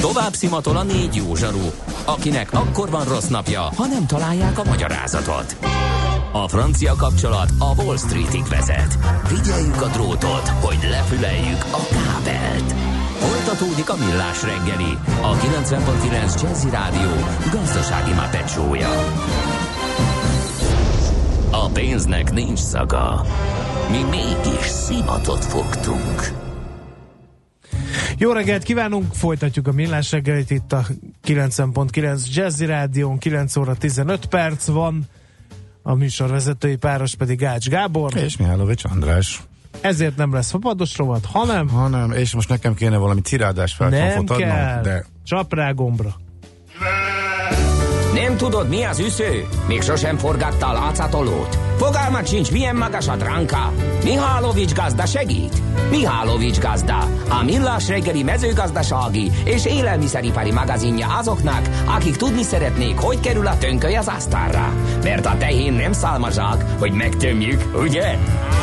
Tovább szimatol a 4 jó zsaru, akinek akkor van rossz napja, ha nem találják a magyarázatot. A francia kapcsolat a Wall Streetig vezet. Figyeljük a drótot, hogy lefüleljük a kábelt. Folytatódik a Millás reggeli, a 90.9 Jazzy Rádió gazdasági mápecsója. A pénznek nincs szaga. Mi mégis szimatot fogtunk. Jó reggelt kívánunk, folytatjuk a Millás reggelit itt a 90.9 Jazzy Rádión, 9 óra 15 perc van, a műsorvezetői páros pedig Ács Gábor. És Mihálovics András. Ezért nem lesz fapados rovat, hanem, és most nekem kéne valami cirádás felkonfot adnom, kell. De csap rá gombra. Nem tudod, mi az üsző? Még sosem forgatta a látszatolót? Fogalmat sincs, milyen magas a dránka? Mihálovics gazda segít? Mihálovics gazda, a Millás reggeli mezőgazdasági és élelmiszeripari magazinja azoknak, akik tudni szeretnék, hogy kerül a tönköly az asztalra. Mert a tehén nem szálmazsák, hogy megtömjük, ugye?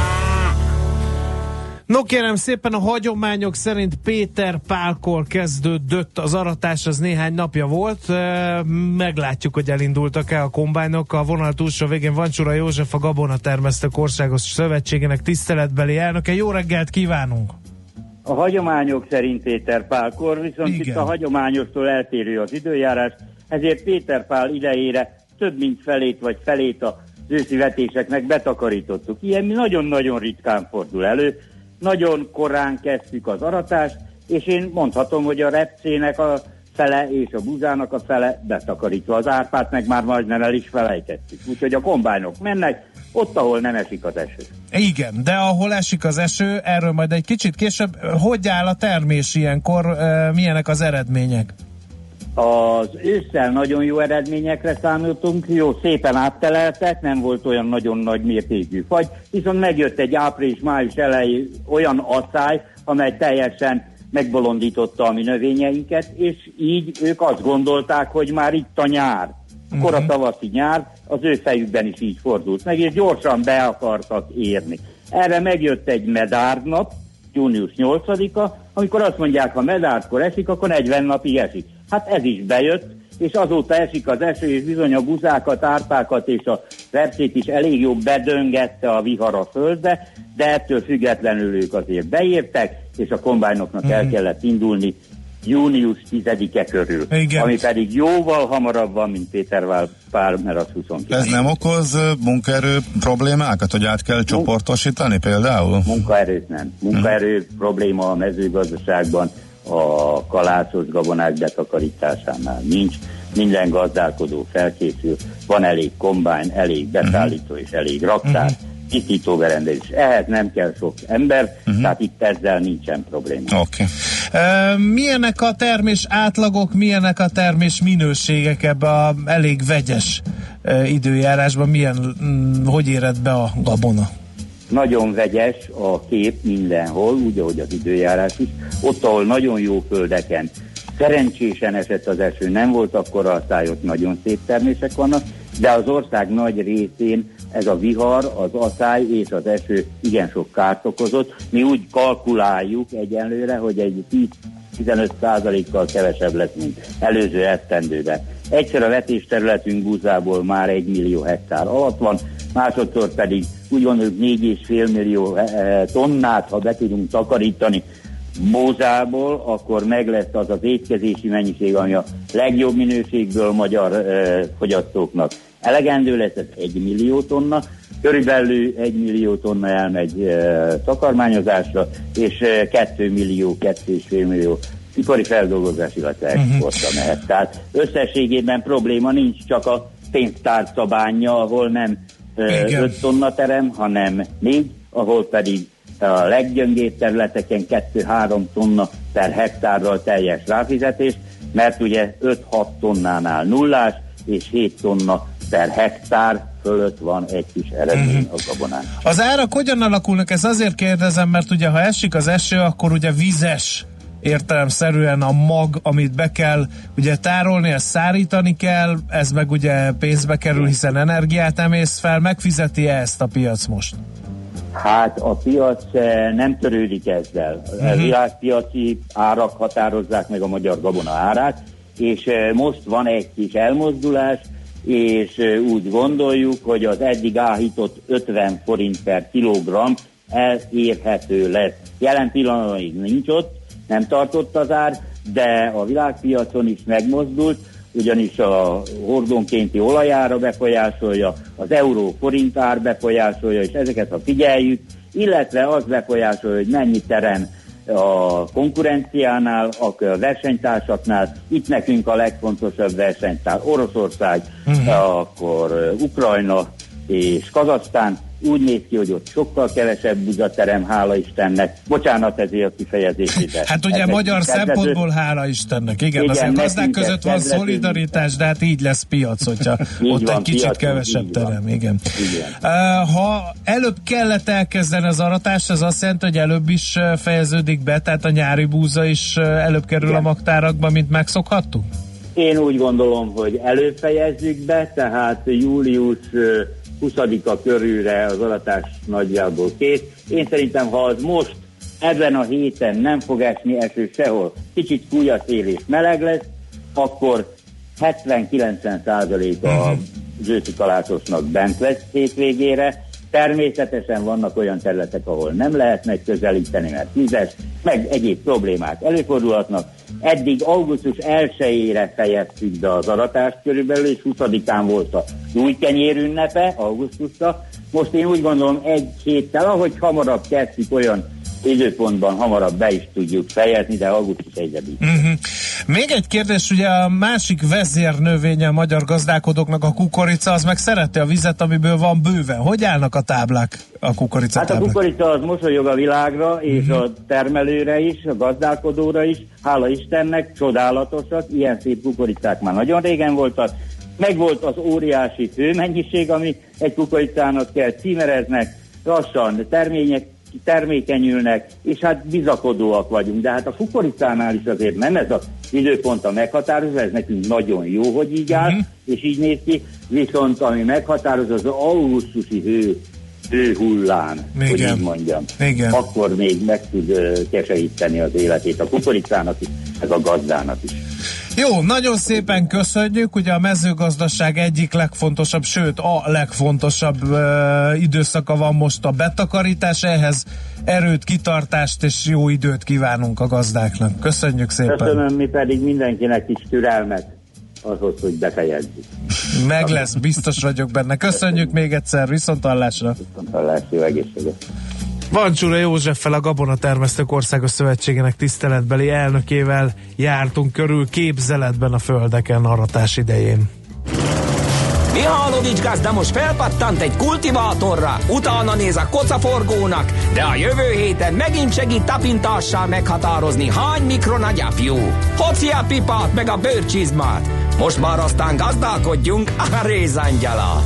No kérem szépen, a hagyományok szerint Péter Pálkor kezdődött az aratás, az néhány napja volt. Meglátjuk, hogy elindultak-e a kombájnok. A vonal túlsó végén Vancsura József, a Gabona Termesztők Országos Szövetségének tiszteletbeli elnöke. Jó reggelt kívánunk! A hagyományok szerint Péter Pálkor, viszont igen, itt a hagyományostól eltérő az időjárás, ezért Péter Pál idejére több mint felét az őszi vetéseknek betakarítottuk. Ilyen nagyon-nagyon ritkán fordul elő. Nagyon korán kezdtük az aratást, és én mondhatom, hogy a repcének a fele és a búzának a fele betakarítva. Az árpát meg már majdnem el is felejtettük. Úgyhogy a kombájnok mennek, ott, ahol nem esik az eső. Igen, de ahol esik az eső, erről majd egy kicsit később. Hogy áll a termés ilyenkor, milyenek az eredmények? Az ősszel nagyon jó eredményekre számoltunk, jó, szépen átteleltek, nem volt olyan nagyon nagy mértékű fagy, viszont megjött egy április-május elejé olyan asszály, amely teljesen megbolondította a mi növényeinket, és így ők azt gondolták, hogy már itt a nyár, kora tavaszi nyár, az ő fejükben is így fordult meg, és gyorsan be akartak érni. Erre megjött egy medárnap, június 8-a, amikor azt mondják, ha medárkor esik, akkor 40 napig esik. Hát ez is bejött, és azóta esik az eső, és bizony a buzákat, árpákat és a repcét is elég jobb bedöngette a vihar a földbe, de ettől függetlenül ők azért beértek, és a kombájnoknak el kellett indulni június 10-e körül. Igen. Ami pedig jóval hamarabb van, mint Péter Pál, mert az 29. Ez nem okoz munkaerő problémákat, hogy át kell csoportosítani például? Munkaerőt nem. Munkaerő probléma a mezőgazdaságban a kalászos gabonák betakarításánál nincs. Minden gazdálkodó felkészül, van elég kombány, elég beszállító és elég raktár, tisztítóberendezés. Ehhez nem kell sok ember, tehát itt ezzel nincsen probléma. Okay. Milyenek a termés átlagok, milyenek a termés minőségek ebbe a elég vegyes időjárásban? Hogy éred be a gabona? Nagyon vegyes a kép mindenhol, úgy, ahogy az időjárás is. Ott, ahol nagyon jó földeken szerencsésen esett az eső, nem volt akkora asszály, ott nagyon szép termések vannak, de az ország nagy részén ez a vihar, az asszály és az eső igen sok kárt okozott. Mi úgy kalkuláljuk egyenlőre, hogy egy 10-15%-kal kevesebb lesz, mint előző esztendőben. Egyszer a vetésterületünk búzából már 1 millió hektár alatt van, másodszor pedig úgy gondoljuk 4,5 millió tonnát, ha be tudunk takarítani búzából, akkor meg lesz az az étkezési mennyiség, ami a legjobb minőségből magyar fogyasztóknak elegendő lesz, ez 1 millió tonna, körülbelül 1 millió tonna elmegy takarmányozásra, és 2 millió, 2,5 millió ipari feldolgozás, illetve exportra mehet. Tehát összességében probléma nincs, csak a pénztárca bánja, ahol nem 5 tonna terem, hanem 4, ahol pedig a leggyöngébb területeken 2-3 tonna per hektárral teljes ráfizetés, mert ugye 5-6 tonnánál nullás, és 7 tonna per hektár fölött van egy kis eredmény a gabonán. Az árak hogyan alakulnak? Ez azért kérdezem, mert ugye ha esik az eső, akkor ugye vizes értelemszerűen a mag, amit be kell ugye tárolni, ezt szárítani kell, ez meg ugye pénzbe kerül, hiszen energiát emész fel, megfizeti ezt a piac most? Hát a piac nem törődik ezzel. A világpiaci árak határozzák meg a magyar gabona árát, és most van egy kis elmozdulás, és úgy gondoljuk, hogy az eddig áhított 50 forint per kilogramm elérhető lesz. Jelen pillanatban még nincs ott, nem tartott az ár, de a világpiacon is megmozdult, ugyanis a hordonkénti olajára befolyásolja, az euró-forint ár befolyásolja, és ezeket ha figyeljük, illetve az befolyásolja, hogy mennyi terem a konkurenciánál, a versenytársaknál. Itt nekünk a legfontosabb versenytárs Oroszország, akkor Ukrajna és Kazahsztán. Úgy néz ki, hogy ott sokkal kevesebb buzaterem, hála Istennek. Bocsánat ezért a kifejezését. Hát ugye magyar szempontból hála Istennek. Igen, azért a gazdák között van szolidaritás, de hát így lesz piac, hogyha ott van, egy kicsit piacon, kevesebb terem. Igen. Ha előbb kellett elkezdeni az aratást, az azt jelenti, hogy előbb is fejeződik be, tehát a nyári búza is előbb kerül a magtárakba, mint megszokhattuk? Én úgy gondolom, hogy előbb fejezzük be, tehát július 20-a körülre az aratás nagyjából kész. Én szerintem, ha az most ebben a héten nem fog esni eső sehol, kicsit fúj a szél és meleg lesz, akkor 70-90% a őszi kalászosnak bent lesz hétvégére. Természetesen vannak olyan területek, ahol nem lehet megközelíteni, mert vizes, meg egyéb problémák előfordulhatnak. Eddig augusztus 1-ére fejeztük be az aratást körülbelül, és 20-án volt a új kenyér ünnepe, augusztusra. Most én úgy gondolom egy héttel, ahogy hamarabb kezdjük, olyan időpontban hamarabb be is tudjuk fejezni, de augusztus 1-ig. Még egy kérdés, ugye a másik vezérnövénye a magyar gazdálkodóknak a kukorica, az meg szereti a vizet, amiből van bőven. Hogy állnak a táblák, a kukorica táblák? Hát a kukorica az mosolyog a világra, és a termelőre is, a gazdálkodóra is, hála Istennek, csodálatosak, ilyen szép kukoricák már nagyon régen voltak. Megvolt az óriási hőmennyiség, ami egy kukoricának kell, címereznek, lassan termékenyülnek, és hát bizakodóak vagyunk, de hát a kukoricánál is azért nem ez az időpont a meghatározó, ez nekünk nagyon jó, hogy így áll, és így néz ki, viszont ami meghatározó az augusztusi hőhullám, hogy így mondjam. Igen. Akkor még meg tud keseríteni az életét a kukoricának is, meg a gazdának is. Jó, nagyon szépen köszönjük, ugye a mezőgazdaság egyik legfontosabb, sőt a legfontosabb időszaka van most a betakarítás, ehhez erőt, kitartást és jó időt kívánunk a gazdáknak. Köszönjük szépen! Köszönöm, mi pedig mindenkinek is türelmet ahhoz, hogy befejezzük. Meg lesz, biztos vagyok benne. Köszönjük még egyszer, viszonthallásra! Viszonthallásra, jó egészséget! Vancsura Józseffel, a Gabonatermesztők Országos Szövetségének tiszteletbeli elnökével jártunk körül képzeletben a földeken aratás idején. Mihálovics gazda most felpattant egy kultivátorra, utána néz a kocaforgónak, de a jövő héten megint segít tapintással meghatározni, hány mikron a gyapjú. Hoci a pipát meg a bőrcsizmát. Most már aztán gazdálkodjunk a rézangyala.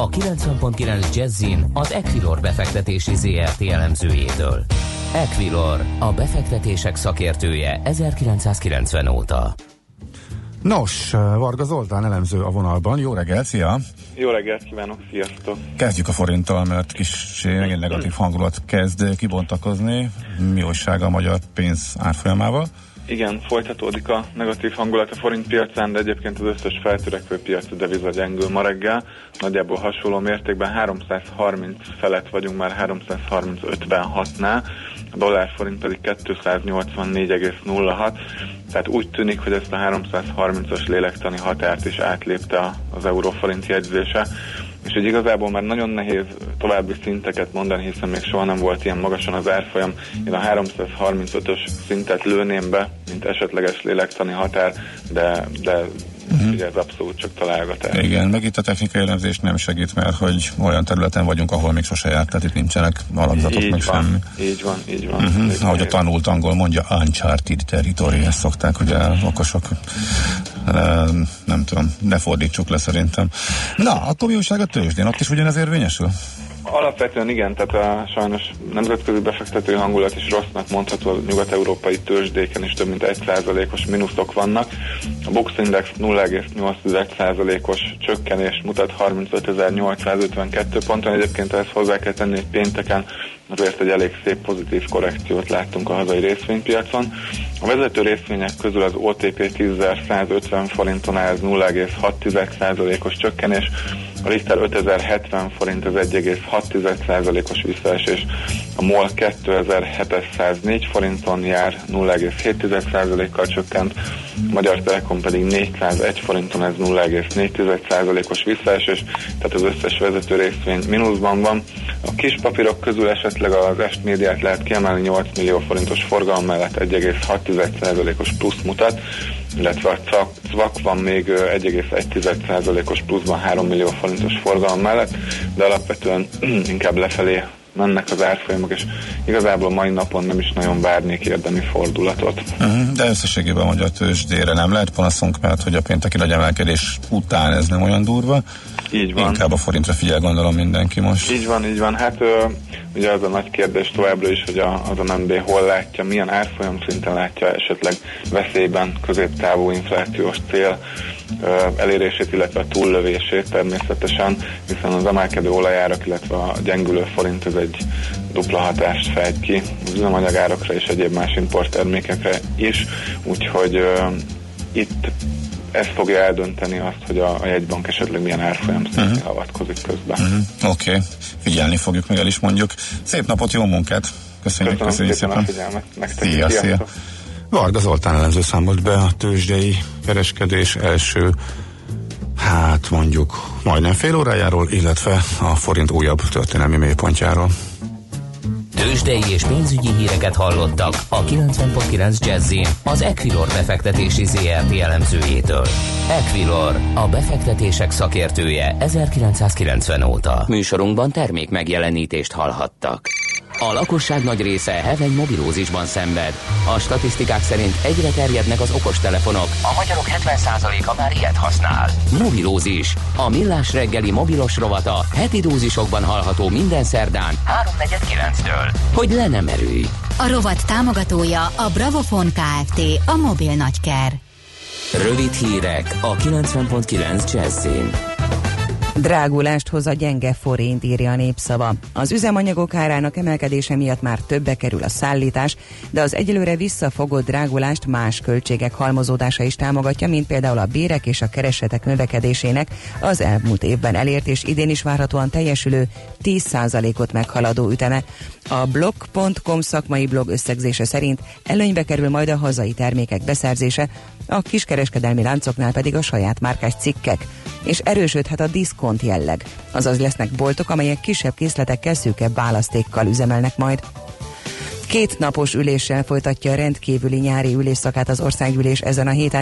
a 90.9 Jazzin az Equilor befektetési ZRT elemzőjétől. Equilor, a befektetések szakértője 1990 óta. Nos, Varga Zoltán elemző a vonalban. Jó reggelt, szia! Jó reggelt kívánok, sziasztok! Kezdjük a forinttal, mert megint negatív hangulat kezd kibontakozni. Mi újság a magyar pénz árfolyamával? Igen, folytatódik a negatív hangulat a forint piacán, de egyébként az összes feltörekvő piaci deviza gyengül ma reggel. Nagyjából hasonló mértékben 330 felett vagyunk már 335-56-nál, a dollár-forint pedig 284,06, tehát úgy tűnik, hogy ezt a 330-as lélektani határt is átlépte az euróforint jegyzése, és így igazából már nagyon nehéz további szinteket mondani, hiszen még soha nem volt ilyen magasan az árfolyam. Én a 335-ös szintet lőném be, mint esetleges lélektani határ, de ugye ez abszolút csak találgatás. Igen, meg itt a technikai elemzés nem segít, mert hogy olyan területen vagyunk, ahol még sosem járt, tehát itt nincsenek alapzatok, meg semmi. Így van. Ahogy a tanult angol mondja, uncharted territory, ezt szokták, ugye okosok, nem tudom, ne fordítsuk le szerintem. Na, akkor mi újság a tőzsdén? Ott is ugyanez érvényesül? Alapvetően igen, tehát sajnos nemzetközi befektetői hangulat is rossznak mondható, a nyugat-európai tőzsdéken is több mint 1%-os mínuszok vannak. A Bux Index 0,8%-os csökkenés mutat 35.852 ponton, egyébként ezt hozzá kell tenni, hogy pénteken azért egy elég szép pozitív korrekciót láttunk a hazai részvénypiacon. A vezető részvények közül az OTP 10.150 forinton áll 0,6%-os csökkenés, a Richter 5070 forint, az 1,6%-os visszaesés, a MOL 2704 forinton jár, 0,7%-kal csökkent, a Magyar Telekom pedig 401 forinton, ez 0,4%-os visszaesés, tehát az összes vezető részvény mínuszban van. A kis papírok közül esetleg az Est Médiát lehet kiemelni, 8 millió forintos forgalom mellett 1,6%-os plusz mutat, illetve a CVAK van még 1,1%-os pluszban 3 millió forintos forgalom mellett, de alapvetően inkább lefelé mennek az árfolyamok, és igazából mai napon nem is nagyon várnék érdemi fordulatot. De összességében a magyar tőzsdére nem lehet panaszunk, mert hogy a pénteki nagy emelkedés után ez nem olyan durva. Így van. Inkább a forintra figyel, gondolom mindenki most. Így van. Hát ugye az a nagy kérdés továbbra is, hogy az MNB hol látja, milyen árfolyam szinten látja esetleg veszélyben középtávú inflációs cél elérését, illetve a túllövését természetesen, hiszen az emelkedő olajárak, illetve a gyengülő forint ez egy dupla hatást fejt ki az üzemanyagárakra és egyéb más importtermékekre is, úgyhogy itt ez fogja eldönteni azt, hogy a jegybank esetleg milyen árfolyam szinten avatkozik közben. Oké. Figyelni fogjuk, meg el is mondjuk. Szép napot, jó munkát! Köszönjük szépen a figyelmet. Szia. Varga Zoltán elemző számolt be a tőzsdei kereskedés első, mondjuk majdnem fél órájáról, illetve a forint újabb történelmi mélypontjáról. Tőzsdei és pénzügyi híreket hallottak a 90.9 Jazzin az Equilor befektetési ZRT elemzőjétől. Equilor, a befektetések szakértője 1990 óta. Műsorunkban termék megjelenítést hallhattak. A lakosság nagy része heveny mobilózisban szenved. A statisztikák szerint egyre terjednek az okostelefonok. A magyarok 70%-a már ilyet használ. Mobilózis. A Millás reggeli mobilos rovata heti dózisokban hallható minden szerdán 3:49-től. Hogy le nem erőj. A rovat támogatója a Bravofon Kft. A mobil nagyker. Rövid hírek a 90.9 Jazzin. Drágulást hoz a gyenge forint, írja a Népszava. Az üzemanyagok árának emelkedése miatt már többe kerül a szállítás, de az egyelőre visszafogott drágulást más költségek halmozódása is támogatja, mint például a bérek és a keresetek növekedésének az elmúlt évben elért és idén is várhatóan teljesülő 10%-ot meghaladó üteme. A blog.com szakmai blog összegzése szerint előnybe kerül majd a hazai termékek beszerzése, a kiskereskedelmi láncoknál pedig a saját márkás cikkek, és erősödhet a diszkont jelleg, azaz lesznek boltok, amelyek kisebb készletekkel, szűkebb választékkal üzemelnek majd. 2 napos üléssel folytatja a rendkívüli nyári ülésszakát az országgyűlés ezen a héten.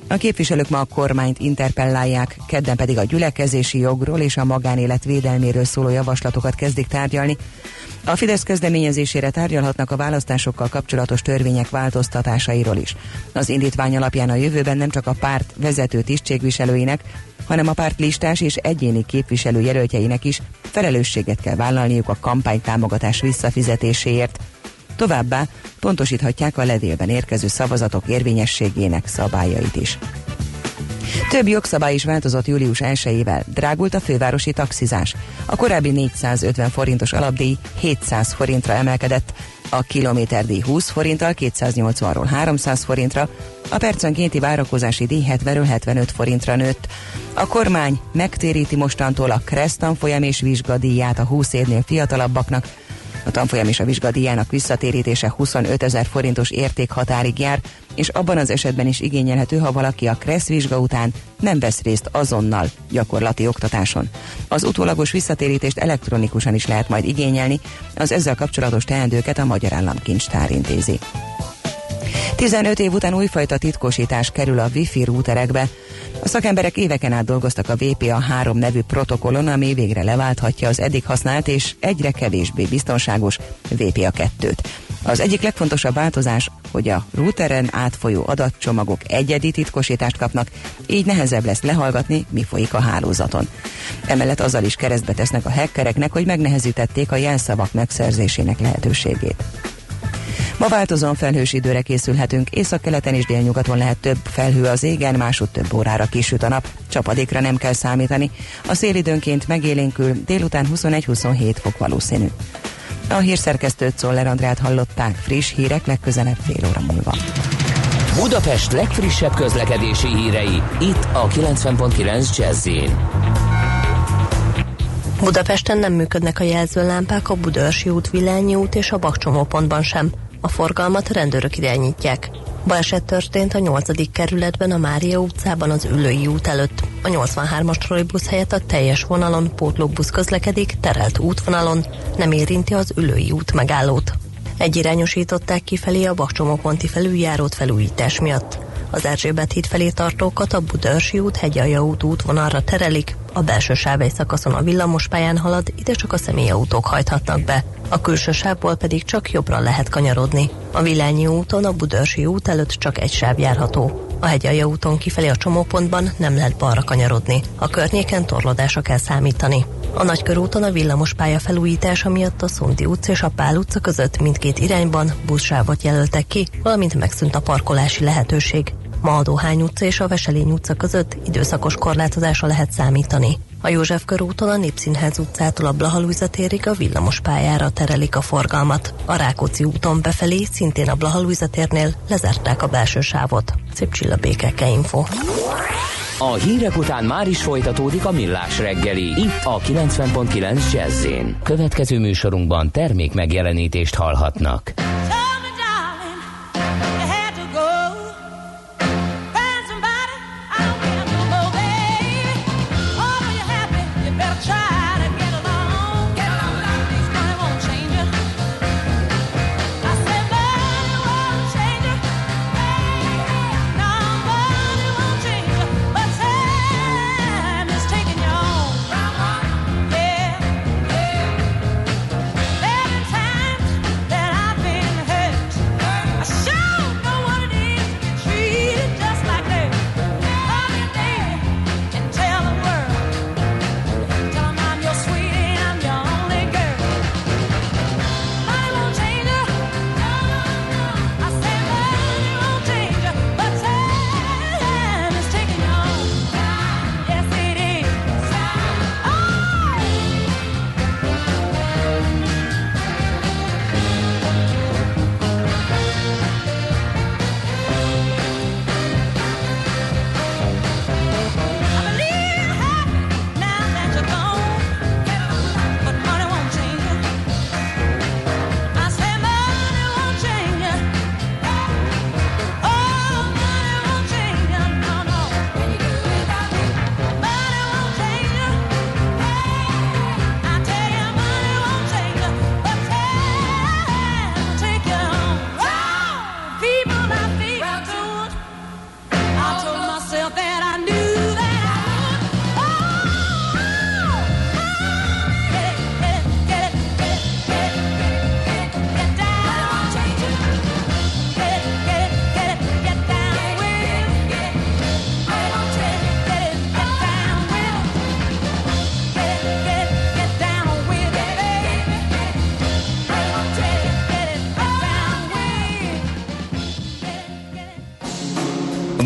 A képviselők ma a kormányt interpellálják, kedden pedig a gyülekezési jogról és a magánélet védelméről szóló javaslatokat kezdik tárgyalni. A Fidesz kezdeményezésére tárgyalhatnak a választásokkal kapcsolatos törvények változtatásairól is. Az indítvány alapján a jövőben nem csak a párt vezető tisztségviselőinek, hanem a párt listás és egyéni képviselő jelöltjeinek is felelősséget kell vállalniuk a kampánytámogatás visszafizetéséért. Továbbá pontosíthatják a levélben érkező szavazatok érvényességének szabályait is. Több jogszabály is változott július 1-ével. Drágult a fővárosi taxizás. A korábbi 450 forintos alapdíj 700 forintra emelkedett, a kilométerdíj 20 forinttal 280-ról 300 forintra, a percenkénti várakozási díj 70-ről 75 forintra nőtt. A kormány megtéríti mostantól a KRESZ tanfolyam és vizsgadíját a 20 évnél fiatalabbaknak. A tanfolyam és a vizsgadíjának visszatérítése 25 000 forintos értékhatárig jár, és abban az esetben is igényelhető, ha valaki a KRESZ vizsga után nem vesz részt azonnal gyakorlati oktatáson. Az utólagos visszatérítést elektronikusan is lehet majd igényelni, az ezzel kapcsolatos teendőket a Magyar Államkincstár intézi. 15 év után újfajta titkosítás kerül a Wi-Fi routerekbe. A szakemberek éveken át dolgoztak a VPA3 nevű protokollon, ami végre leválthatja az eddig használt és egyre kevésbé biztonságos VPA2-t. Az egyik legfontosabb változás, hogy a routeren átfolyó adatcsomagok egyedi titkosítást kapnak, így nehezebb lesz lehallgatni, mi folyik a hálózaton. Emellett azzal is keresztbe tesznek a hackereknek, hogy megnehezítették a jelszavak megszerzésének lehetőségét. Ma változóan felhős időre készülhetünk, északkeleten és délnyugaton lehet több felhő az égen, másút több órára kisüt a nap, csapadékra nem kell számítani. A szél időnként megélénkül, délután 21-27 fok valószínű. A hírszerkesztőt, Czoller Andrát hallották, friss hírek legközelebb fél óra múlva. Budapest legfrissebb közlekedési hírei, itt a 90.9 Jazz-in. Budapesten nem működnek a jelzőlámpák a Budaörsi út, Villányi út és a Bakcsomópontban sem. A forgalmat rendőrök irányítják. Baleset történt a 8. kerületben a Mária utcában az Üllői út előtt. A 83-as trollibusz helyett a teljes vonalon pótlóbusz közlekedik, terelt útvonalon, nem érinti az Üllői út megállót. Egyirányosították kifelé a Bakcsomóponti felüljárót felújítás miatt. Az Erzsébet híd felé tartókat a Budaörsi út, Hegyalja út útvonalra terelik, a belső sáv egy szakaszon a villamospályán halad, ide csak a személyautók hajthatnak be. A külső sávból pedig csak jobbra lehet kanyarodni. A Villányi úton a Budaörsi út előtt csak egy sáv járható. A Hegyalja úton kifelé a csomópontban nem lehet balra kanyarodni. A környéken torlódásra kell számítani. A Nagykörúton a villamospálya felújítása miatt a Szundi utca és a Pál utca között mindkét irányban buszsávot jelöltek ki, valamint megszűnt a parkolási lehetőség. Ma a Dohány utca és a Veselény utca között időszakos korlátozásra lehet számítani. A József körúton a Népszínház utcától a Blaha Lujza térig a villamospályára terelik a forgalmat. A Rákóczi úton befelé, szintén a Blaha Lujza térnél lezárták a belső sávot. Szép csillabékeke info. A hírek után már is folytatódik a Millás reggeli, itt a 90.9 Jazz-in. Következő műsorunkban termék megjelenítést hallhatnak. That I've been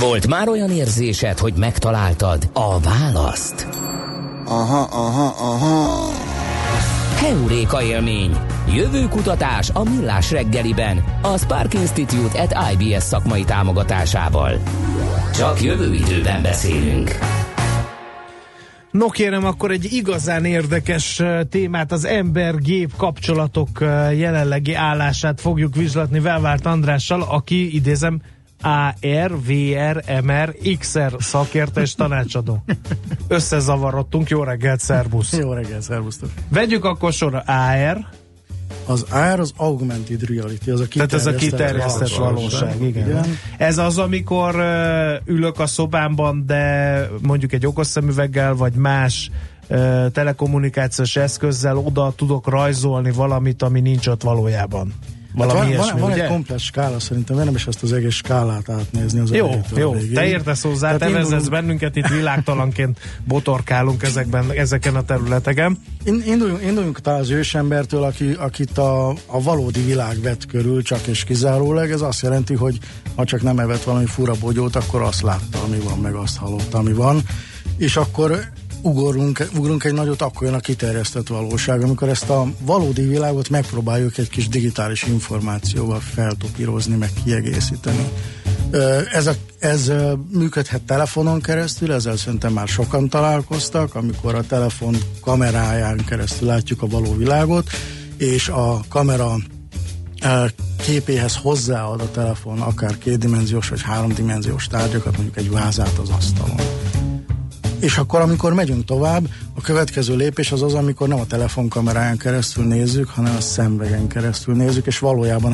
Volt már olyan érzésed, hogy megtaláltad a választ? Aha. Heuréka élmény. Jövőkutatás a Millás reggeliben, a Spark Institute at IBS szakmai támogatásával. Csak jövő időben beszélünk. No kérem, akkor egy igazán érdekes témát, az ember-gép kapcsolatok jelenlegi állását fogjuk vizslatni Velvárt Andrással, aki, idézem, AR, VR, MR, XR szakértő és tanácsadó. Összezavarodtunk, jó reggelt, szervusz! Jó reggelt, szervusztok! Vegyük akkor sorra AR. Az AR az Augmented Reality, az a kiterjesztett valóság. Igen. Ez az, amikor ülök a szobámban, de mondjuk egy okos szemüveggel, vagy más telekommunikációs eszközzel oda tudok rajzolni valamit, ami nincs ott valójában. Van egy komplex skála, szerintem nem is ezt az egész skálát átnézni. Az jó, te értesz hozzá, te vezetsz bennünket, itt világtalanként botorkálunk ezeken a területeken. Induljunk talán az ősembertől, akit a valódi világ vett körül, csak és kizárólag. Ez azt jelenti, hogy ha csak nem evett valami fura bogyót, akkor azt látta, ami van, meg azt hallotta, ami van. És akkor ugrunk egy nagyot, akkor jön a kiterjesztett valóság, amikor ezt a valódi világot megpróbáljuk egy kis digitális információval feltopírozni, meg kiegészíteni. Ez működhet telefonon keresztül, ezzel szerintem már sokan találkoztak, amikor a telefon kameráján keresztül látjuk a való világot, és a kamera képéhez hozzáad a telefon akár kétdimenziós vagy háromdimenziós tárgyakat, mondjuk egy vázát az asztalon. És akkor, amikor megyünk tovább, a következő lépés az, amikor nem a telefonkameráján keresztül nézzük, hanem a szemüvegen keresztül nézzük, és valójában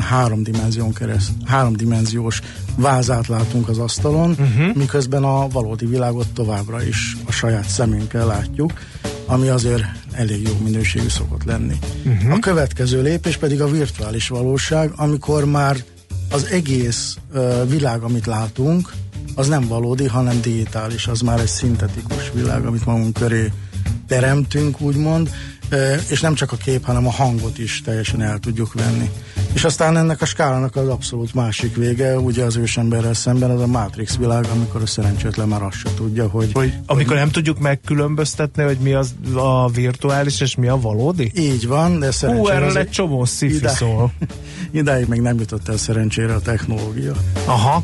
háromdimenziós vázát látunk az asztalon, miközben a valódi világot továbbra is a saját szemünkkel látjuk, ami azért elég jó minőségű szokott lenni. A következő lépés pedig a virtuális valóság, amikor már az egész világ, amit látunk, az nem valódi, hanem digitális, az már egy szintetikus világ, amit magunk köré teremtünk, úgymond, és nem csak a kép, hanem a hangot is teljesen el tudjuk venni. És aztán ennek a skálának az abszolút másik vége, ugye az ősemberrel szemben az a Matrix világ, amikor a szerencsétlen már azt se tudja, hogy amikor nem tudjuk megkülönböztetni, hogy mi az a virtuális és mi a valódi? Így van, de szerencsére... erről egy csomó sci-fi szól. Idáig még nem jutott el szerencsére a technológia. Aha.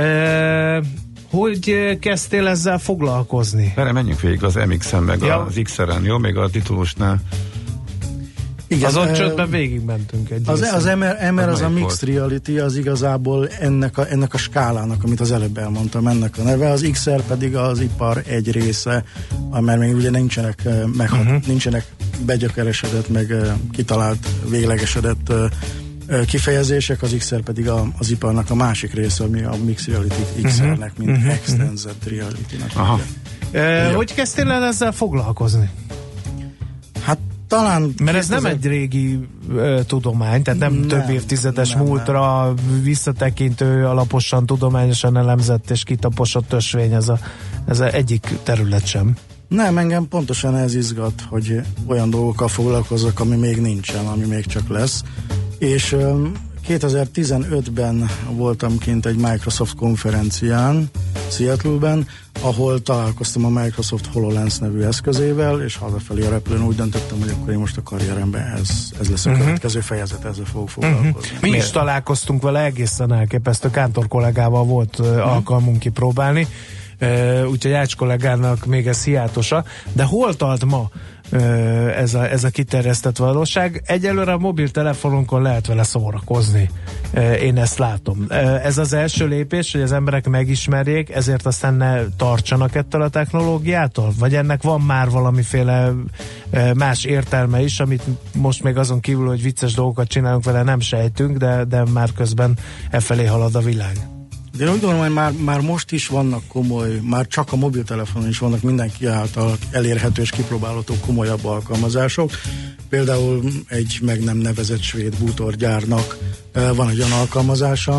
Hogy kezdtél ezzel foglalkozni? Erre menjünk végig az MX-en, meg az XR-en, jó? Még a titululusnál. Igen, azon csődben végigmentünk egy az MR az a Mixed Reality, az igazából ennek a skálának, amit az előbb elmondtam, ennek a neve, az XR pedig az ipar egy része, mert még ugye nincsenek begyökeresedett, meg kitalált, véglegesedett kifejezések, az XR pedig az iparnak a másik része, ami a Mixed Reality XR-nek, mint Extended Reality-nek. Hogy kezdtél el ezzel foglalkozni? Hát talán... Mert ez nem egy régi tudomány, tehát nem több évtizedes múltra visszatekintő, alaposan, tudományosan elemzett és kitaposott ösvény, ez a egyik terület sem. Nem, engem pontosan ez izgat, hogy olyan dolgokkal foglalkozok, ami még nincsen, ami még csak lesz. És 2015-ben voltam kint egy Microsoft konferencián Seattle-ben, ahol találkoztam a Microsoft HoloLens nevű eszközével, és hazafelé a repülőn úgy döntöttem, hogy akkor én most a karrieremben ez lesz a következő fejezet, ezzel fogok foglalkozni. Mi is találkoztunk vele, egészen elképesztő, Kántor kollégával volt alkalmunk kipróbálni, úgyhogy Ács kollégának még ez hiátosa, de hol tart ma ez a kiterjesztett valóság? Egyelőre a mobiltelefonunkon lehet vele szórakozni. Én ezt látom. Ez az első lépés, hogy az emberek megismerjék, ezért aztán ne tartsanak ettől a technológiától? Vagy ennek van már valamiféle más értelme is, amit most még azon kívül, hogy vicces dolgokat csinálunk vele, nem sejtünk, de már közben efelé halad a világ. De én úgy gondolom, hogy már most is vannak már csak a mobiltelefonon is vannak mindenki által elérhető és kipróbálható komolyabb alkalmazások. Például egy meg nem nevezett svéd bútorgyárnak van egy olyan alkalmazása,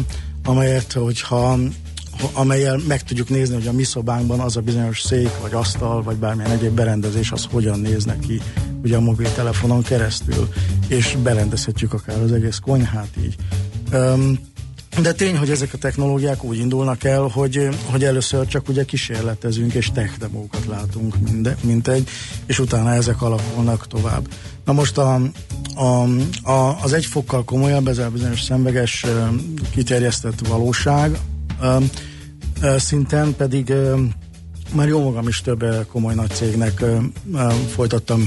amellyel meg tudjuk nézni, hogy a mi szobánkban az a bizonyos szék, vagy asztal, vagy bármilyen egyéb berendezés, az hogyan néz neki ugye a mobiltelefonon keresztül, és berendezhetjük akár az egész konyhát így. De tény, hogy ezek a technológiák úgy indulnak el, hogy először csak ugye kísérletezünk és tech-demókat látunk mintegy, és utána ezek alakulnak tovább. Na most az egy fokkal komolyabb, ez a bizonyos szemveges kiterjesztett valóság szinten pedig már jó magam is több komoly nagy cégnek folytattam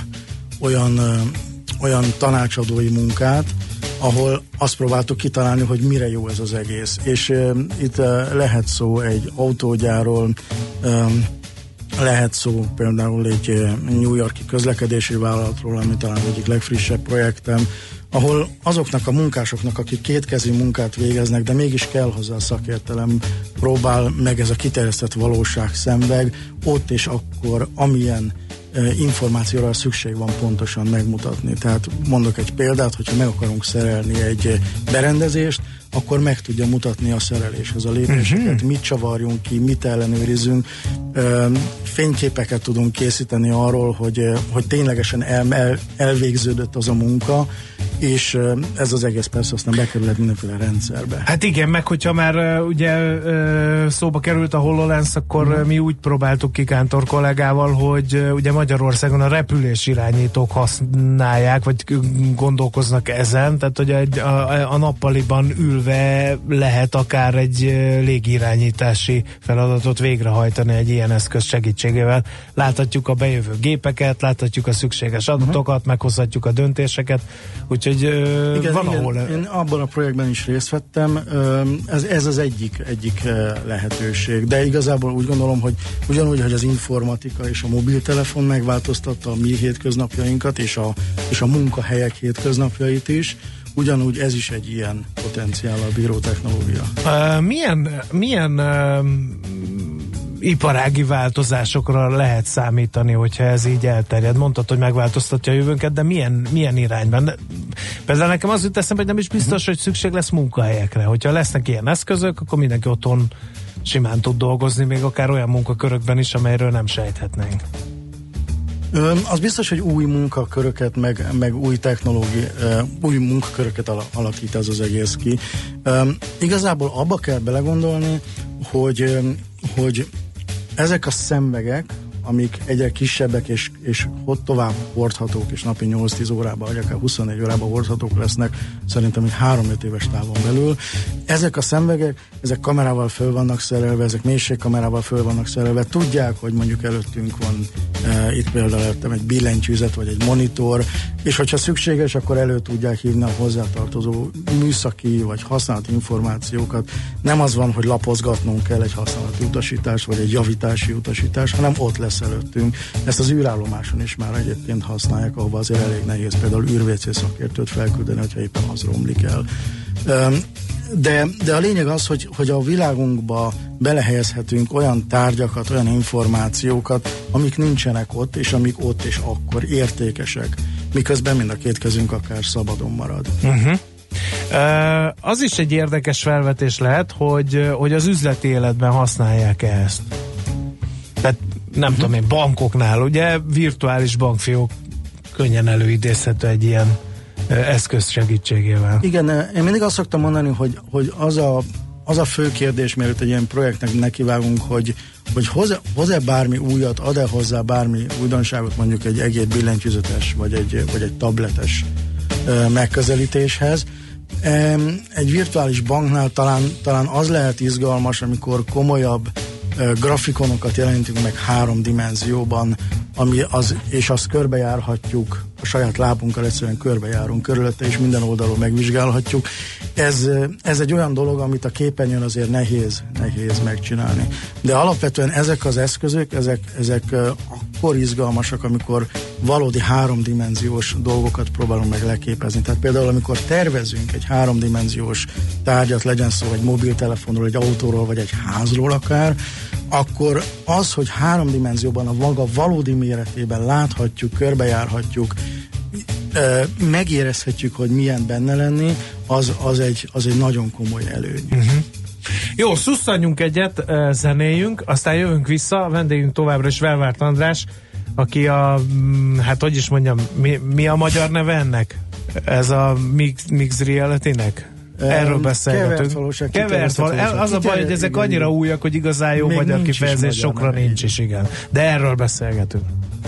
olyan tanácsadói munkát, ahol azt próbáltuk kitalálni, hogy mire jó ez az egész. És itt lehet szó egy autógyárról, lehet szó például egy New York-i közlekedési vállalatról, ami talán egyik legfrissebb projektem, ahol azoknak a munkásoknak, akik kétkezi munkát végeznek, de mégis kell hozzá a szakértelem, próbál meg ez a kiterjesztett valóság szemveg, ott és akkor amilyen információra szükség van pontosan megmutatni. Tehát mondok egy példát, hogyha meg akarunk szerelni egy berendezést, akkor meg tudja mutatni a szereléshez a lépéseket, mit csavarjunk ki, mit ellenőrizünk, fényképeket tudunk készíteni arról, hogy ténylegesen elvégződött az a munka, és ez az egész persze aztán bekerülhet mindenféle rendszerbe. Hát igen, meg hogyha már ugye szóba került a HoloLens, akkor mi úgy próbáltuk ki Kántor kollégával, hogy ugye Magyarországon a repülés irányítók használják, vagy gondolkoznak ezen, tehát hogy a nappaliban ülve lehet akár egy légirányítási feladatot végrehajtani egy ilyen eszköz segítségével. Láthatjuk a bejövő gépeket, láthatjuk a szükséges adatokat, meghozhatjuk a döntéseket, úgyhogy igen, van ahol... Én abban a projektben is részt vettem, ez az egyik lehetőség, de igazából úgy gondolom, hogy ugyanúgy, hogy az informatika és a mobiltelefon megváltoztatta a mi hétköznapjainkat, és a munkahelyek hétköznapjait is, ugyanúgy ez is egy ilyen potenciállal bíró technológia. Milyen iparági változásokra lehet számítani, hogyha ez így elterjed? Mondtad, hogy megváltoztatja a jövőnket, de milyen irányban? Például nekem az jut eszembe, hogy nem is biztos, hogy szükség lesz munkahelyekre. Hogyha lesznek ilyen eszközök, akkor mindenki otthon simán tud dolgozni, még akár olyan munkakörökben is, amelyről nem sejthetnénk. Az biztos, hogy új munkaköröket, meg új technológia, új munkaköröket alakít ez az egész ki. Igazából abba kell belegondolni, hogy ezek a szemvegek, amik egyre kisebbek és tovább hordhatók, és napi 8-10 órában, vagy akár 24 órában hordhatók lesznek, szerintem egy 3-5 éves távon belül. Ezek a szemvegek, ezek kamerával föl vannak szerelve, ezek mélységkamerával föl vannak szerelve, tudják, hogy mondjuk előttünk van, itt például előttem egy billentyűzet, vagy egy monitor, és hogyha szükséges, akkor elő tudják hívni a hozzátartozó műszaki, vagy használati információkat. Nem az van, hogy lapozgatnunk kell egy használati utasítást, vagy egy javítási utasítást, hanem ott lesz előttünk. Ezt az űrállomáson is már egyébként használják, ahova azért elég nehéz például űr-WC szakértőt felküldeni, hogyha éppen az romlik el. De a lényeg az, hogy a világunkba belehelyezhetünk olyan tárgyakat, olyan információkat, amik nincsenek ott, és amik ott és akkor értékesek, miközben mind a két kezünk akár szabadon marad. Az is egy érdekes felvetés lehet, hogy az üzleti életben használják ezt. Tehát nem tudom én, bankoknál, ugye virtuális bankfiók könnyen előidézhető egy ilyen eszköz segítségével. Igen, én mindig azt szoktam mondani, hogy az a fő kérdés, mielőtt egy ilyen projektnek nekivágunk, hogy hoz-e bármi újat, ad-e hozzá bármi újdonságot mondjuk egy egész billentyűzetes, vagy egy tabletes megközelítéshez. Egy virtuális banknál talán az lehet izgalmas, amikor komolyabb grafikonokat jelentünk meg 3 dimenzióban, és azt körbejárhatjuk, a saját lábunkkal egyszerűen körbejárunk körülötte, és minden oldalról megvizsgálhatjuk. Ez egy olyan dolog, amit a képernyőn azért nehéz megcsinálni. De alapvetően ezek az eszközök, ezek akkor izgalmasak, amikor valódi 3-dimenziós dolgokat próbálunk meg leképezni. Tehát például, amikor tervezünk egy 3-dimenziós tárgyat, legyen szó egy mobiltelefonról, egy autóról, vagy egy házról akár, akkor az, hogy 3 dimenzióban a maga valódi méretében láthatjuk, körbejárhatjuk, megérezhetjük, hogy milyen benne lenni, az egy nagyon komoly előny. Jó, szusszanjunk egyet, zenéljünk, aztán jövünk vissza, a vendégünk továbbra is Velvárt András, aki hát hogy is mondjam, mi a magyar neve ennek? Ez a Mixed Reality-nek? Erről beszélgetünk. Kevert valóság. Az a baj, hogy ezek annyira újak, hogy igazán jó magyar kifejezés sokra nincs is, igen. De erről beszélgetünk.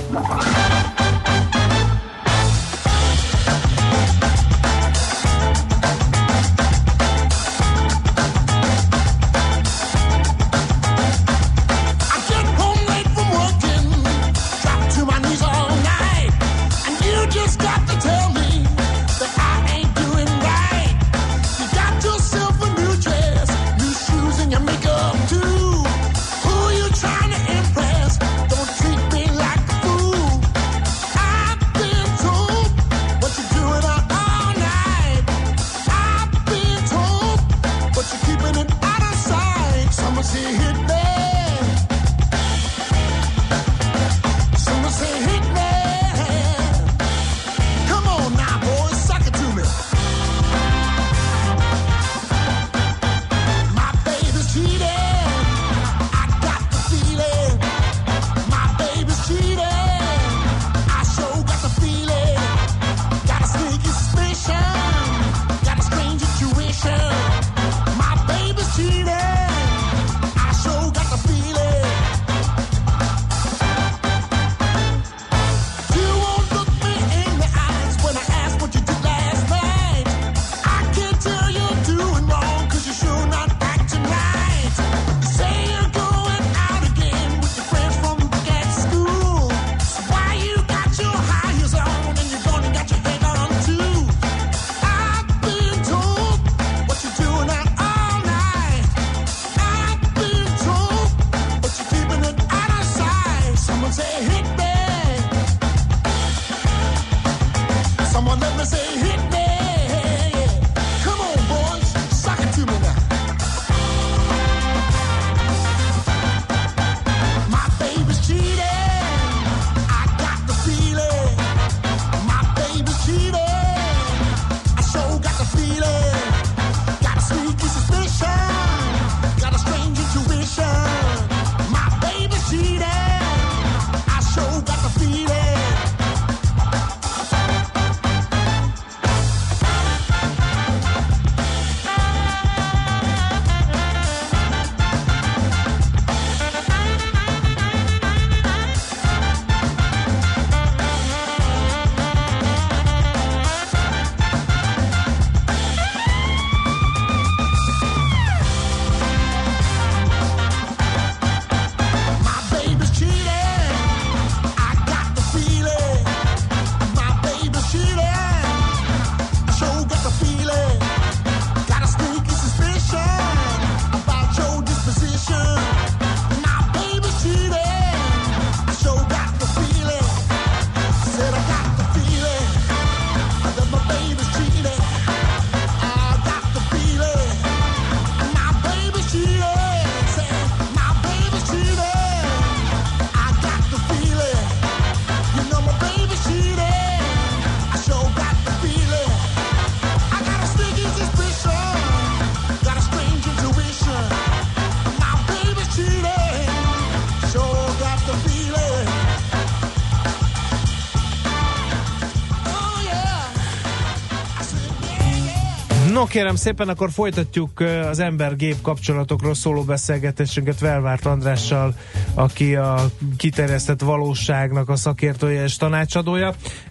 No kérem szépen, akkor folytatjuk az ember-gép kapcsolatokról szóló beszélgetésünket Velvárt Andrással, aki a kiterjesztett valóságnak a szakértője és tanácsadója.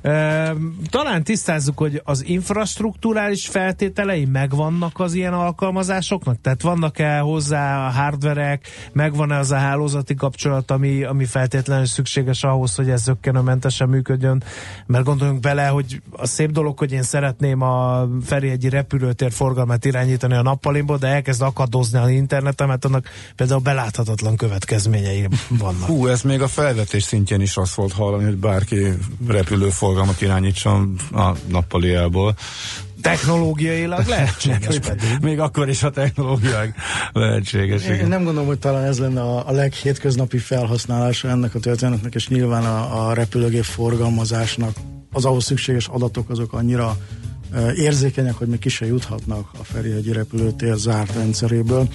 Talán tisztázzuk, hogy az infrastrukturális feltételei megvannak az ilyen alkalmazásoknak? Tehát vannak-e hozzá a hardverek, megvan-e az a hálózati kapcsolat, ami feltétlenül szükséges ahhoz, hogy ez zökkenőmentesen működjön? Mert gondoljunk bele, hogy a szép dolog, hogy én szeretném a Ferihegyi repülőtér forgalmát irányítani a nappalimból, de elkezd akadozni az internetemet, annak például beláthatatlan következményei vannak. Ez még a felvetés szintjén is azt volt hallani, hogy bárki repülőforgalmat irányítson a nappaliából. Technológiailag lehetséges pedig. Még akkor is a technológiák lehetséges. Én nem gondolom, hogy talán ez lenne a leghétköznapi felhasználása ennek a történetnek, és nyilván a repülőgép forgalmazásnak az ahhoz szükséges adatok azok annyira érzékenyek, hogy még ki se juthatnak a Ferihegyi repülőtér zárt rendszeréből.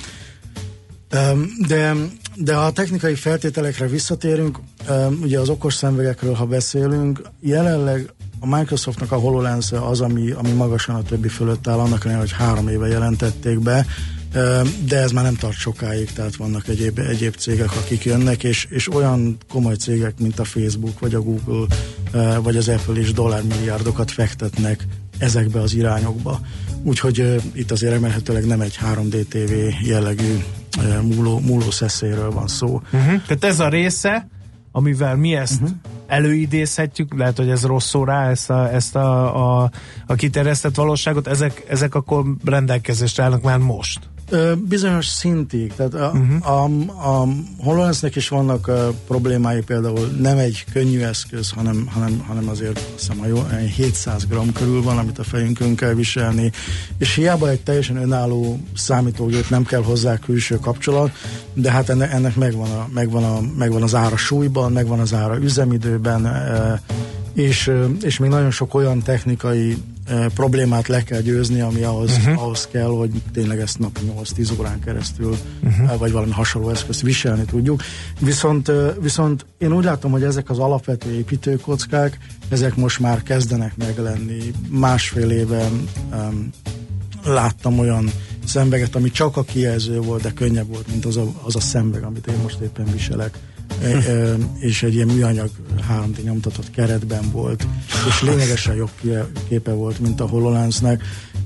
De ha a technikai feltételekre visszatérünk, ugye az okos szemüvegekről, ha beszélünk, jelenleg a Microsoftnak a HoloLens az, ami magasan a többi fölött áll, annak ellenére, hogy 3 éve jelentették be, de ez már nem tart sokáig, tehát vannak egyéb cégek, akik jönnek, és olyan komoly cégek, mint a Facebook, vagy a Google, vagy az Apple is dollármilliárdokat fektetnek ezekbe az irányokba. Úgyhogy itt azért remélhetőleg nem egy 3D TV jellegű múló szeszéről van szó. Tehát ez a része, amivel mi ezt előidézhetjük, lehet, hogy ez rossz szó rá, ezt a kiterjesztett valóságot, ezek akkor rendelkezésre állnak már most. Bizonyos szintig, tehát a HoloLensnek is vannak problémái, például nem egy könnyű eszköz, hanem azért azt hiszem, 700 g körül van, amit a fejünkön kell viselni, és hiába egy teljesen önálló számítógép, nem kell hozzá külső kapcsolat, de hát ennek megvan az ára súlyban, megvan az ára üzemidőben, és még nagyon sok olyan technikai problémát le kell győzni, ami ahhoz kell, hogy tényleg ezt napi 8-10 órán keresztül vagy valami hasonló eszközt viselni tudjuk. Viszont én úgy látom, hogy ezek az alapvető építőkockák, ezek most már kezdenek meglenni. Másfél éven láttam olyan szemüveget, ami csak a kijelző volt, de könnyebb volt, mint az a szemüveg, amit én most éppen viselek. És egy ilyen műanyag 3D nyomtatott keretben volt, és lényegesen jobb képe volt, mint a HoloLensnek.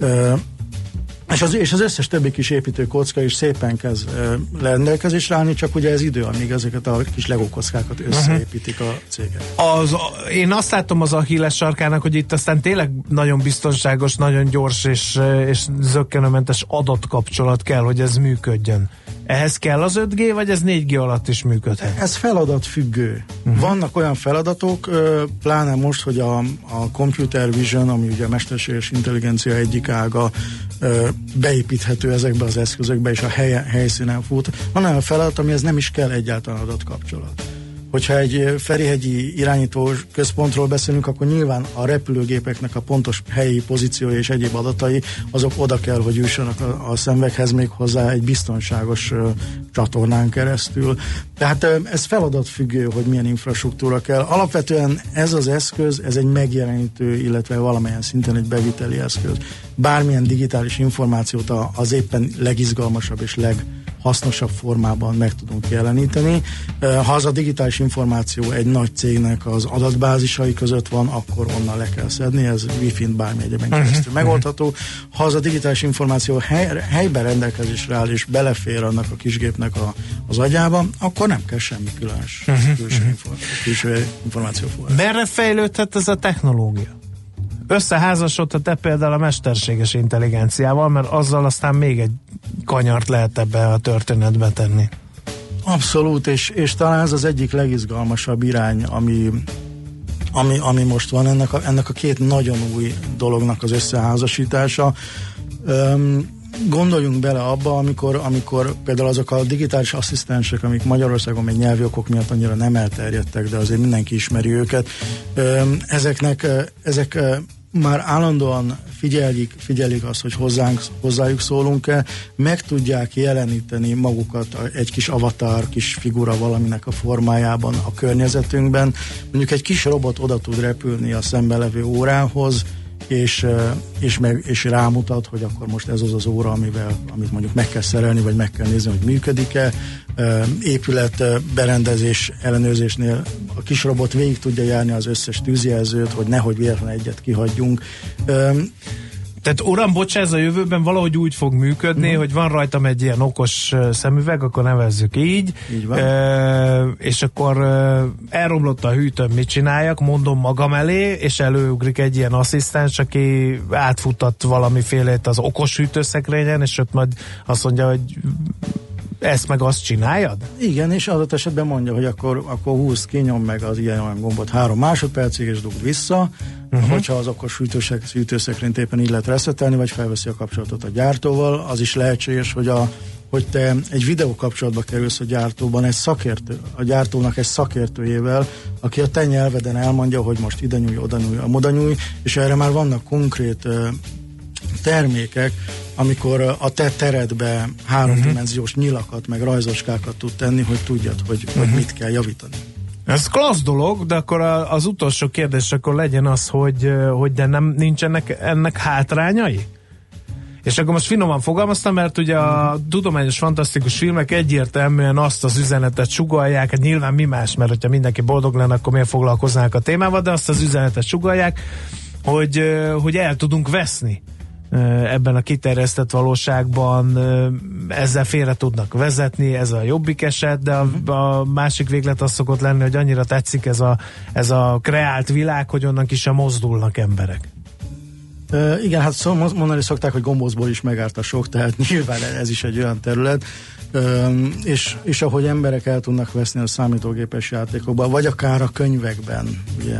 És az összes többi kis építőkocka is szépen kezd rendelkezésre állni, csak ugye ez idő, amíg ezeket a kis Lego kockákat összeépítik a cégek. Én azt látom az Achilles sarkának, hogy itt aztán tényleg nagyon biztonságos, nagyon gyors és zökkenőmentes adatkapcsolat kell, hogy ez működjön. Ehhez kell az 5G, vagy ez 4G alatt is működhet? Ez feladatfüggő. Vannak olyan feladatok, pláne most, hogy a computer vision, ami ugye a mesterséges intelligencia egyik ága, beépíthető ezekbe az eszközökbe, és a helyszínen fut. Van olyan feladat, amihez nem is kell egyáltalán adatkapcsolat. Hogyha egy ferihegyi irányító központról beszélünk, akkor nyilván a repülőgépeknek a pontos helyi pozíciója és egyéb adatai, azok oda kell, hogy jussanak a szemüveghez, még hozzá egy biztonságos csatornán keresztül. Tehát ez feladatfüggő, hogy milyen infrastruktúra kell. Alapvetően ez az eszköz, ez egy megjelenítő, illetve valamilyen szinten egy beviteli eszköz. Bármilyen digitális információt az éppen legizgalmasabb és leghasznosabb formában meg tudunk jeleníteni. Ha az a digitális információ egy nagy cégnek az adatbázisai között van, akkor onnan le kell szedni, ez Wi-Fi-n bármi egyében keresztül megoldható. Ha az a digitális információ helyben rendelkezésre áll, és belefér annak a kisgépnek az agyába, akkor nem kell semmi különös külső információforrás. Merre fejlődhet ez a technológia? Összeházasodhat-e például a mesterséges intelligenciával, mert azzal aztán még egy kanyart lehet ebbe a történetbe tenni. Abszolút, és talán ez az egyik legizgalmasabb irány, ami most van, ennek a két nagyon új dolognak az összeházasítása. Gondoljunk bele abba, amikor például azok a digitális asszisztensek, amik Magyarországon még nyelvi okok miatt annyira nem elterjedtek, de azért mindenki ismeri őket, ezek már állandóan figyelik azt, hogy hozzájuk szólunk-e, meg tudják jeleníteni magukat egy kis avatar, kis figura valaminek a formájában a környezetünkben. Mondjuk egy kis robot oda tud repülni a szembe levő órához, és rámutat, hogy akkor most ez az óra, amit mondjuk meg kell szerelni, vagy meg kell nézni, hogy működik-e. Épület berendezés ellenőrzésnél a kis robot végig tudja járni az összes tűzjelzőt, hogy nehogy véletlenül egyet kihagyjunk. Tehát uram, bocs, ez a jövőben valahogy úgy fog működni, hogy van rajtam egy ilyen okos szemüveg, akkor nevezzük így és akkor elromlott a hűtőm, mit csináljak, mondom magam elé, és előugrik egy ilyen asszisztens, aki átfutat valamifélét az okos hűtőszekrényen, és ott majd azt mondja, hogy ezt meg azt csináljad? Igen, és adott esetben mondja, hogy akkor húzd ki, nyom meg az ilyen gombot 3 másodpercig, és dugd vissza, hogyha az okos hűtőszekrényt éppen így lehet reszetelni, vagy felveszi a kapcsolatot a gyártóval, az is lehetséges, hogy te egy videó kapcsolatba kerülsz a gyártóban a gyártónak egy szakértőjével, aki a te nyelveden elmondja, hogy most ide nyúj, oda nyúj, amoda nyúj, és erre már vannak konkrét termékek, amikor a te teredbe 3-dimenziós nyilakat, meg rajzoskákat tud tenni, hogy tudjad, hogy mit kell javítani. Ez klassz dolog, de akkor az utolsó kérdés akkor legyen az, hogy de nincsenek ennek hátrányai? És akkor most finoman fogalmaztam, mert ugye a tudományos fantasztikus filmek egyértelműen azt az üzenetet sugallják, hát nyilván mi más, mert hogyha mindenki boldog lenne, akkor miért foglalkoznánk a témával, de azt az üzenetet sugallják, hogy el tudunk veszni ebben a kiterjesztett valóságban, ezzel félre tudnak vezetni, ez a jobbik eset, de a másik véglet az szokott lenni, hogy annyira tetszik ez a kreált világ, hogy onnan ki sem mozdulnak emberek. Igen, hát mondani szokták, hogy gombócból is megárt a sok, tehát nyilván ez is egy olyan terület, és ahogy emberek el tudnak veszni a számítógépes játékokban, vagy akár a könyvekben, ugye,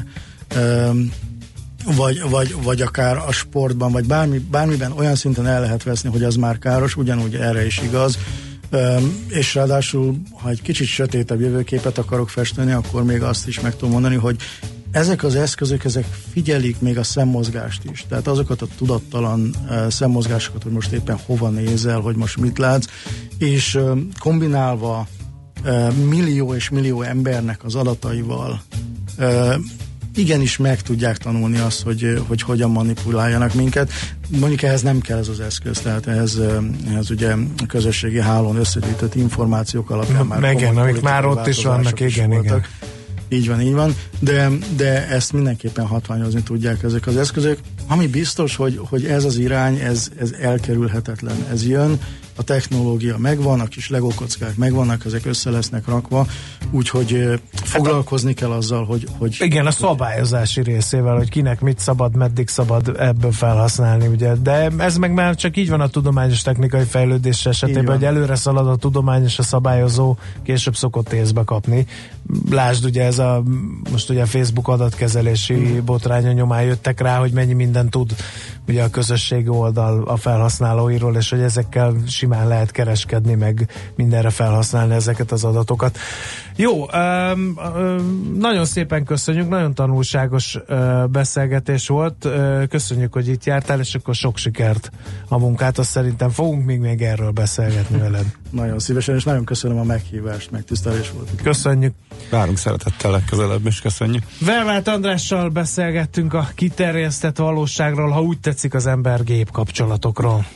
vagy akár a sportban, vagy bármiben olyan szinten el lehet veszni, hogy az már káros, ugyanúgy erre is igaz, és ráadásul, ha egy kicsit sötétebb jövőképet akarok festeni, akkor még azt is meg tudom mondani, hogy ezek az eszközök, ezek figyelik még a szemmozgást is. Tehát azokat a tudattalan szemmozgásokat, hogy most éppen hova nézel, hogy most mit látsz, és kombinálva millió és millió embernek az adataival igenis meg tudják tanulni azt, hogy hogyan manipuláljanak minket. Mondjuk ehhez nem kell ez az eszköz, tehát ehhez ugye a közösségi hálón összegyűjtött információk alapján már igen, amik már ott is vannak, igen. Így van, de ezt mindenképpen hatványozni tudják ezek az eszközök. Ami biztos, hogy ez az irány, ez elkerülhetetlen. Ez jön, a technológia megvan, a kis legókockák megvannak, ezek össze lesznek rakva, úgyhogy foglalkozni kell azzal, hogy igen, a szabályozási részével, hogy kinek mit szabad, meddig szabad ebből felhasználni, ugye. De ez meg már csak így van a tudományos technikai fejlődés esetében, hogy előre szalad a tudomány és a szabályozó később szokott észbe kapni. Lásd, ugye ez most ugye a Facebook adatkezelési botránya nyomán jöttek rá, hogy mennyi mindent tud ugye a közösségi oldal a felhasználóiról, és hogy ezekkel simán lehet kereskedni, meg mindenre felhasználni ezeket az adatokat. Jó, nagyon szépen köszönjük, nagyon tanulságos beszélgetés volt, köszönjük, hogy itt jártál, és akkor sok sikert a munkát, azt szerintem fogunk még erről beszélgetni veled. Nagyon szívesen, és nagyon köszönöm a meghívást, megtisztelés volt. Köszönjük. Várunk szeretettel legközelebb, és köszönjük. Vervált Andrással beszélgettünk a kiterjesztett valóságról, ha úgy tetszik, az ember-gép kapcsolatokról.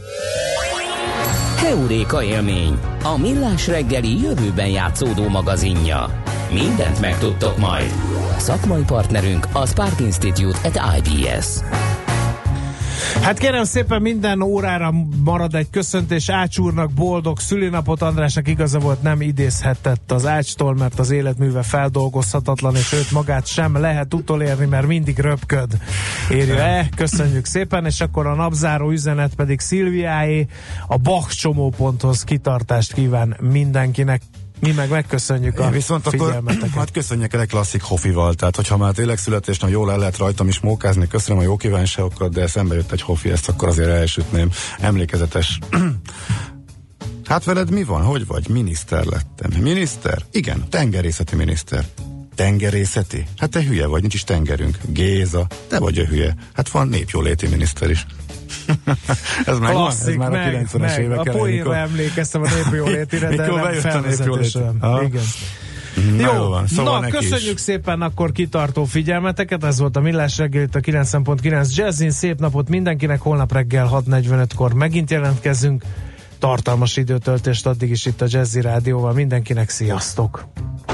Heuréka élmény, a Millás reggeli jövőben játszódó magazinja. Mindent megtudtok majd. Szakmai partnerünk a Spark Institute at IBS. Hát kérem szépen, minden órára marad egy köszöntés. Ács úrnak boldog szülinapot. Andrásnak igaza volt, nem idézhetett az Ácstól, mert az életműve feldolgozhatatlan, és őt magát sem lehet utolérni, mert mindig röpköd. Írja köszönjük szépen, és akkor a napzáró üzenet pedig Szilviáé, a Bach csomóponthoz kitartást kíván mindenkinek. Mi meg megköszönjük a figyelmeteket. Akkor hát köszönjük el egy klasszik Hofival, tehát hogyha már tényleg születésnap jól el lehet rajtam is mókázni, köszönöm a jó kívánságokat, de eszembe jött egy Hofi, ezt akkor azért elsütném. Emlékezetes. Hát veled mi van? Hogy vagy? Miniszter lettem. Miniszter? Igen, tengerészeti miniszter. Tengerészeti? Hát te hülye vagy, nincs is tengerünk. Géza, te vagy a hülye. Hát van népjóléti miniszter is. Ez meg klasszik, van, ez már a 90-es évek a poénra emlékeztem a népjólétire, de nem felvezetésre. Igen. Jó van, szóval köszönjük szépen akkor kitartó figyelmeteket, ez volt a Millás reggel itt a 90.9 Jazzin, szép napot mindenkinek, holnap reggel 6:45-kor megint jelentkezünk, tartalmas időtöltést addig is itt a Jazzy Rádióval, mindenkinek sziasztok!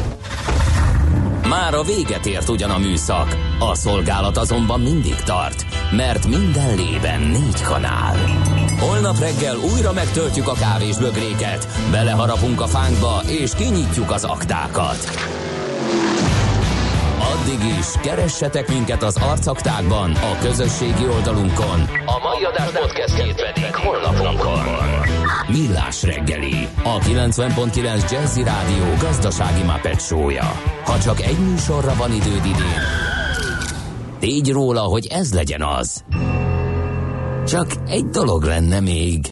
Már a véget ért ugyan a műszak, a szolgálat azonban mindig tart, mert minden lében 4 kanál. Holnap reggel újra megtöltjük a kávésbögréket, beleharapunk a fánkba és kinyitjuk az aktákat. Addig is keressetek minket az arcaktákban, a közösségi oldalunkon. A mai adás podcastjét pedig honlapunkon. Millás reggeli, a 90.9 Jazzy Rádió gazdasági Muppet show-ja. Ha csak egy műsorra van időd idén, tégy róla, hogy ez legyen az. Csak egy dolog lenne még.